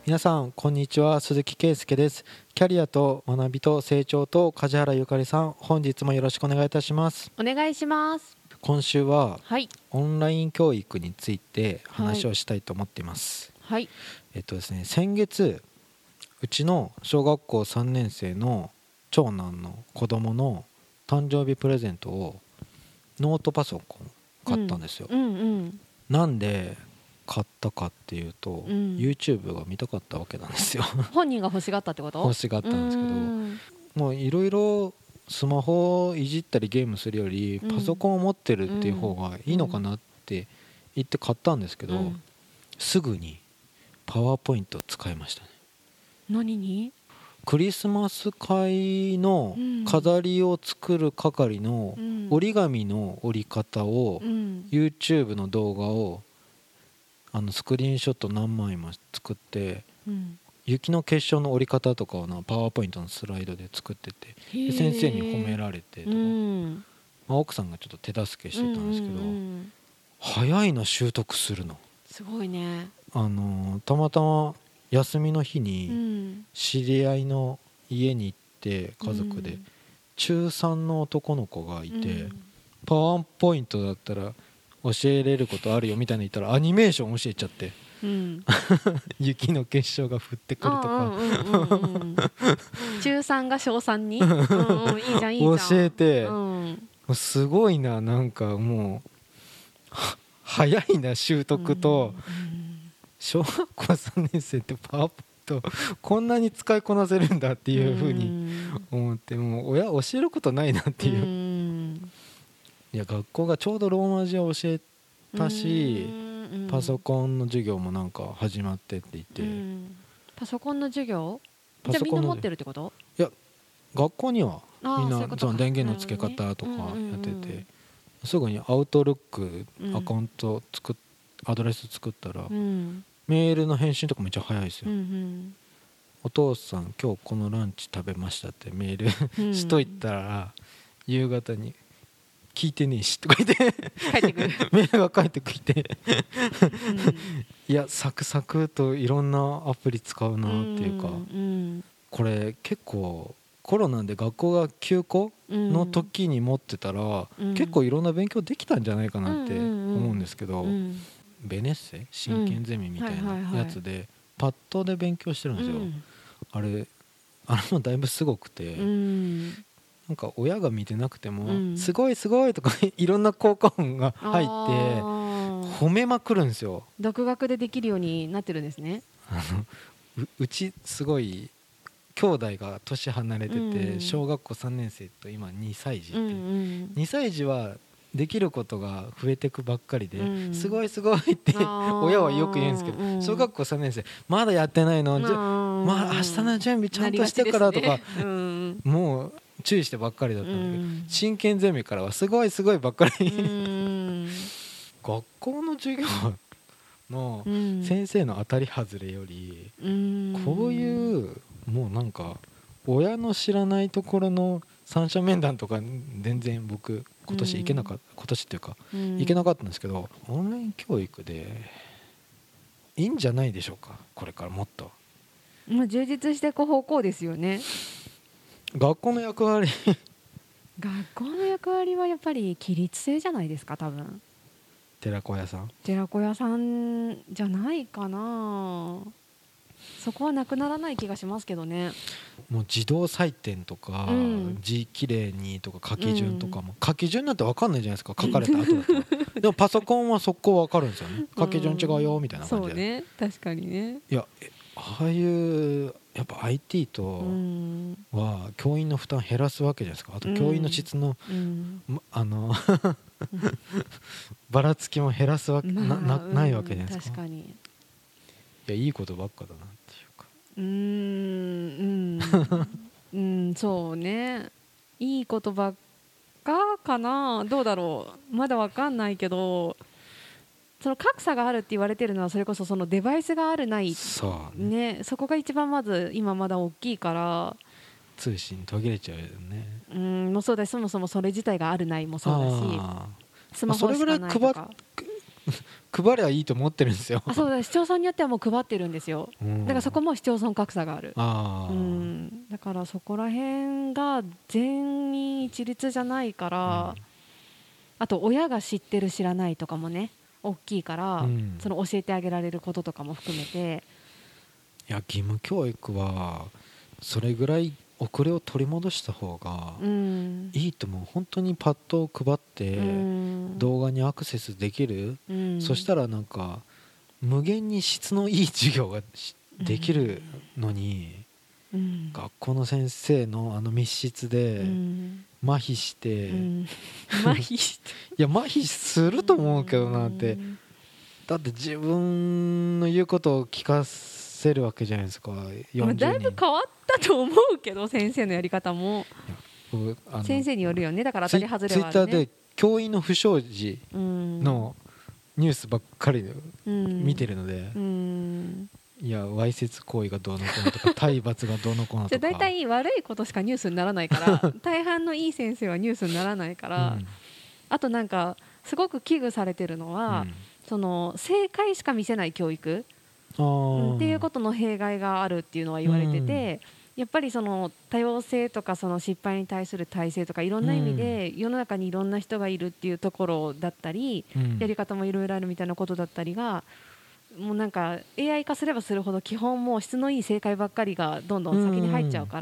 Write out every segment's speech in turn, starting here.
皆さんこんにちは、鈴木圭介です。キャリアと学びと成長と梶原ゆかりさん、本日もよろしくお願いいたします。 お願いします。 今週ははい。 オンライン教育について話をしたいと思っています。 はい。 ですね、先月うちの小学校3年生の長男の子供の誕生日プレゼントをノートパソコン買ったんですよ。なんで買ったかっていうと、YouTube が見たかったわけなんですよ。 本人が欲しがったってこと？ 欲しがったんですけど、もういろいろスマホをいじったりゲームするよりパソコンを持ってるっていう方がいいのかなって言って買ったんですけど、すぐにパワーポイントを使いましたね。 何に？ クリスマス会の飾りを作る係の折り紙の折り方を、YouTube の動画をスクリーンショット何枚も作って、雪の結晶の折り方とかをパワーポイントのスライドで作ってて、で先生に褒められてとか、奥さんがちょっと手助けしてたんですけど、早いな習得するの。 すごいね。 たまたま休みの日に知り合いの家に行って家族で、中3の男の子がいて、パワーポイントだったら教えれることあるよみたいな言ったらアニメーション教えちゃって、雪の結晶が降ってくるとか中3が小3に、いいじゃんいいじゃん教えて、すごいな、なんかもう早いな習得と、小学校3年生ってパワーポイントこんなに使いこなせるんだっていう風に思って、もう親教えることないなっていう。いや、学校がちょうどローマ字を教えたし、パソコンの授業もなんか始まってって言って、 パソコンの授業？じゃあみんな持ってるってこと？ いや、学校にはみんなその電源の付け方とかやってて、すぐにアウトルックアカウントアドレス作ったら、メールの返信とかめっちゃ早いですよ。お父さん今日このランチ食べましたってメールしといたら、夕方に聞いてねえしとか言って帰ってくるメールが返ってきていや、サクサクといろんなアプリ使うなっていうか、これ結構コロナで学校が休校の時に持ってたら、結構いろんな勉強できたんじゃないかなって思うんですけど、ベネッセ真剣ゼミみたいなやつでパッドで勉強してるんですよ。あれもだいぶすごくて、なんか親が見てなくても、すごいすごいとかいろんな効果音が入って褒めまくるんですよ。 独学でできるようになってるんですね。 うちすごい兄弟が年離れてて、小学校3年生と今2歳児って、2歳児はできることが増えてくばっかりで、すごいすごいって親はよく言うんですけど、小学校3年生まだやってないの、まあ明日の準備ちゃんとしてからとか、もう注意してばっかりだったんだけど、真剣ゼミからはすごいすごいばっかり学校の授業の先生の当たり外れより、こういうもうなんか親の知らないところの三者面談とか全然僕今年っていうか行けなかったんですけど、オンライン教育でいいんじゃないでしょうか、これからもっと。 充実していく方向ですよね。 学校の役割学校の役割はやっぱり規律性じゃないですか、多分。 寺子屋さんじゃないかな。そこはなくならない気がしますけどね。 もう自動採点とか、字きれいにとか書き順とかも、書き順なんて分かんないじゃないですか、書かれた後だとでもパソコンは速攻分かるんですよね。書き順違うよみたいな感じで。 そうね、確かにね。 いや、ああいうやっぱ IT とは教員の負担減らすわけじゃないですか。あと教員の質の、ばらつきも減らすわけ、ないわけじゃないですか。 確かに。 いや、いいことばっかだなっていうか、そうね、いいことばっかかな。どうだろう、まだわかんないけど、その格差があるって言われてるのはそれこそそのデバイスがあるない、ね、そこが一番まず今まだ大きいから、 通信途切れちゃうよね。 もうそうだし、そもそもそれ自体があるないもそうだし、スマホしかないとか、 配りゃいいと思ってるんですよ。 あ、そうだ、市町村によってはもう配ってるんですよ。だからそこも市町村格差がある。だからそこら辺が全員一律じゃないから、あと親が知ってる知らないとかもね大きいから、その教えてあげられることとかも含めて、 いや義務教育はそれぐらい遅れを取り戻した方がいいと思う。本当にパッドを配って動画にアクセスできる、そしたらなんか無限に質のいい授業ができるのに、学校の先生の密室で麻痺して、 麻痺していや麻痺すると思うけどなって。だって自分の言うことを聞かせるわけじゃないですか。40人だいぶ変わったと思うけど、先生のやり方も先生によるよね。だから当たり外れはあるね。 ツイッターで教員の不祥事のニュースばっかり見てるので、いやわいせつ行為がどうのこうのとか体罰がどうのこうのとか、 じゃあ大体悪いことしかニュースにならないから大半のいい先生はニュースにならないから、あとなんかすごく危惧されてるのは、その正解しか見せない教育っていうことの弊害があるっていうのは言われてて、やっぱりその多様性とかその失敗に対する体制とかいろんな意味で世の中にいろんな人がいるっていうところだったり、やり方もいろいろあるみたいなことだったりが、もうなんか AI 化すればするほど基本もう質のいい正解ばっかりがどんどん先に入っちゃうから、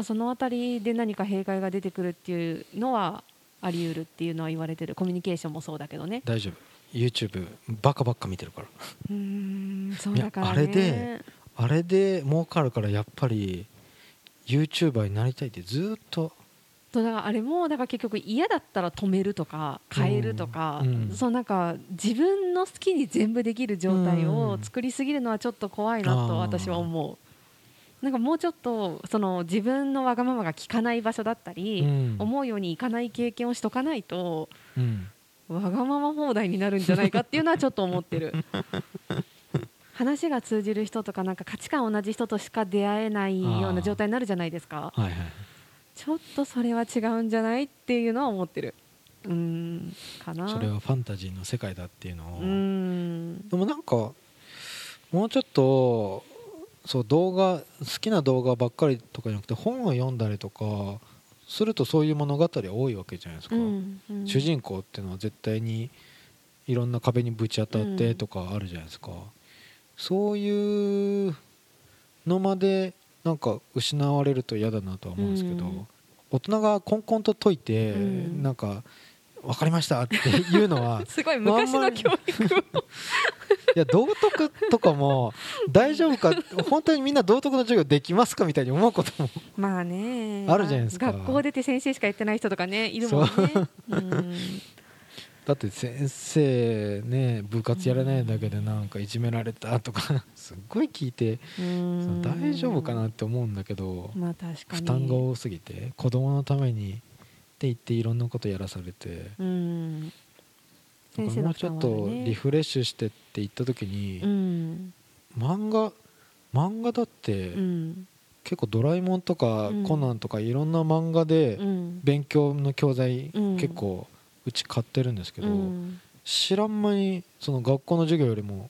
そのあたりで何か弊害が出てくるっていうのはあり得るっていうのは言われてる。コミュニケーションもそうだけどね。 大丈夫、 YouTube バカばっか見てるから。 そうだからね。 あれで儲かるからやっぱり YouTuber になりたいってずっと。 だからあれもだから結局嫌だったら止めるとか変えるとか、そうなんか自分の好きに全部できる状態を作りすぎるのはちょっと怖いなと私は思う。なんかもうちょっとその自分のわがままが効かない場所だったり、思うようにいかない経験をしとかないと、わがまま放題になるんじゃないかっていうのはちょっと思ってる。話が通じる人とかなんか価値観同じ人としか出会えないような状態になるじゃないですか。ちょっとそれは違うんじゃないっていうのは思ってる。かな。 それはファンタジーの世界だっていうのを。でもなんかもうちょっとそう動画好きな動画ばっかりとかじゃなくて本を読んだりとかするとそういう物語は多いわけじゃないですか。主人公っていうのは絶対にいろんな壁にぶち当たってとかあるじゃないですか。そういうのまでなんか失われると嫌だなとは思うんですけど、大人がコンコンと解いてなんか分かりましたっていうのはすごい昔の教育をいや道徳とかも大丈夫か本当にみんな道徳の授業できますかみたいに思うこともまあねあるじゃないですか。 学校出て先生しか言ってない人とかねいるもんね。 だって先生ね部活やらないだけでなんかいじめられたとかすっごい聞いて大丈夫かなって思うんだけど、 まあ確かに負担が多すぎて子供のためにって言っていろんなことやらされて、 先生のもうちょっとリフレッシュしてって言った時に、漫画だって、結構ドラえもんとかコナンとかいろんな漫画で勉強の教材結構うち買ってるんですけど、知らん間にその学校の授業よりも、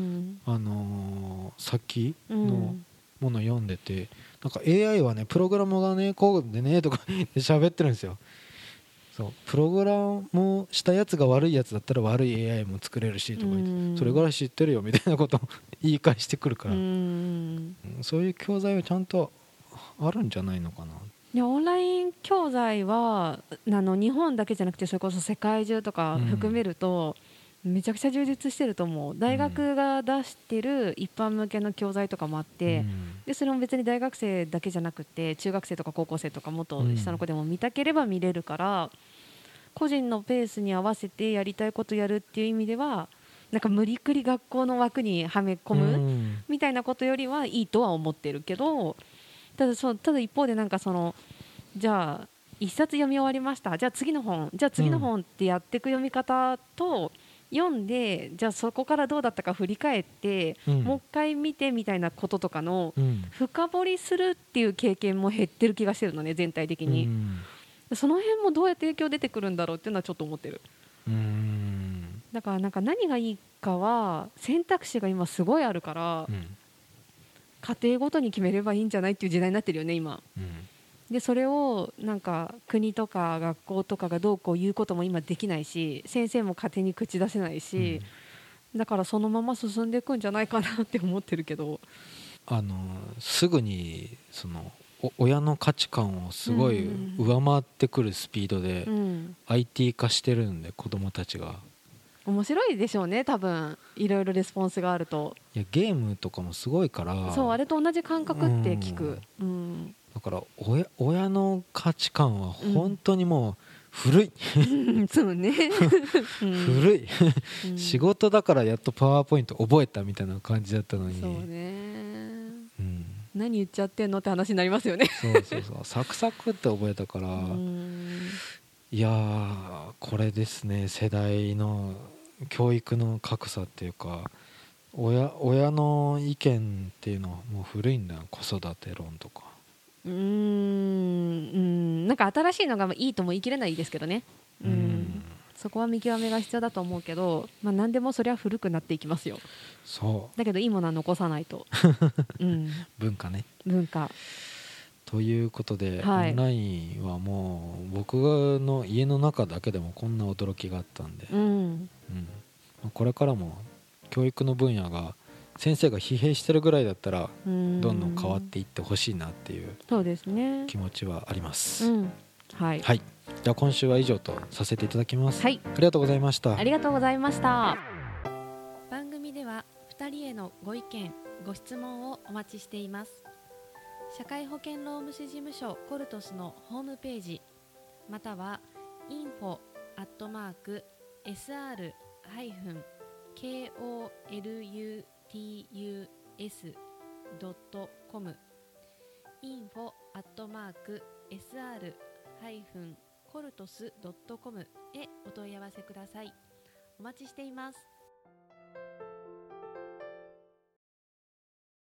先のものを読んでて、なんか AI はねプログラムがねこうでねとか喋ってるんですよ。そうプログラムしたやつが悪いやつだったら悪い AI も作れるしとか言って、それぐらい知ってるよみたいなことを言い返してくるから、そういう教材はちゃんとあるんじゃないのかな。 いやオンライン教材は日本だけじゃなくてそれこそ世界中とか含めるとめちゃくちゃ充実してると思う。大学が出してる一般向けの教材とかもあって、でそれも別に大学生だけじゃなくて中学生とか高校生とかもっと下の子でも見たければ見れるから、個人のペースに合わせてやりたいことやるっていう意味ではなんか無理くり学校の枠にはめ込むみたいなことよりはいいとは思ってるけど、ただ一方でなんかじゃあ一冊読み終わりました、じゃあ次の本ってやっていく読み方と、読んでじゃあそこからどうだったか振り返って、もう一回見てみたいなこととかの深掘りするっていう経験も減ってる気がしてるのね全体的に。その辺もどうやって影響出てくるんだろうっていうのはちょっと思ってる。 だからなんか何がいいかは選択肢が今すごいあるから、家庭ごとに決めればいいんじゃないっていう時代になってるよね今、でそれをなんか国とか学校とかがどうこう言うことも今できないし、先生も勝手に口出せないし、だからそのまま進んでいくんじゃないかなって思ってるけど、 すぐにその親の価値観をすごい上回ってくるスピードで IT 化してるんで、子供たちが面白いでしょうね多分、いろいろレスポンスがあると。 いやゲームとかもすごいから、 そうあれと同じ感覚って聞く、 だから親の価値観は本当にもう古い、 そうね古い仕事だからやっとパワーポイント覚えたみたいな感じだったのに、 そうね、何言っちゃってんのって話になりますよねそうサクサクって覚えたから、いやーこれですね、世代の教育の格差っていうか、親の意見っていうのはもう古いんだよ、子育て論とか。 なんか新しいのがいいとも言い切れないですけどね、そこは見極めが必要だと思うけど、何でもそりゃ古くなっていきますよ。 そうだけどいいものは残さないと、 文化ね、 文化ということで、 はい、 オンラインはもう僕の家の中だけでもこんな驚きがあったんで、これからも教育の分野が先生が疲弊してるぐらいだったらどんどん変わっていってほしいなっていう気持ちはあります。 はい、 はい、では今週は以上とさせていただきます。 はい、 ありがとうございました。 ありがとうございました。番組では2人へのご意見ご質問をお待ちしています。社会保険労務士事務所コルトスのホームページまたは info@sr-koluts.com info@sr-coltos.com へお問い合わせください。お待ちしています。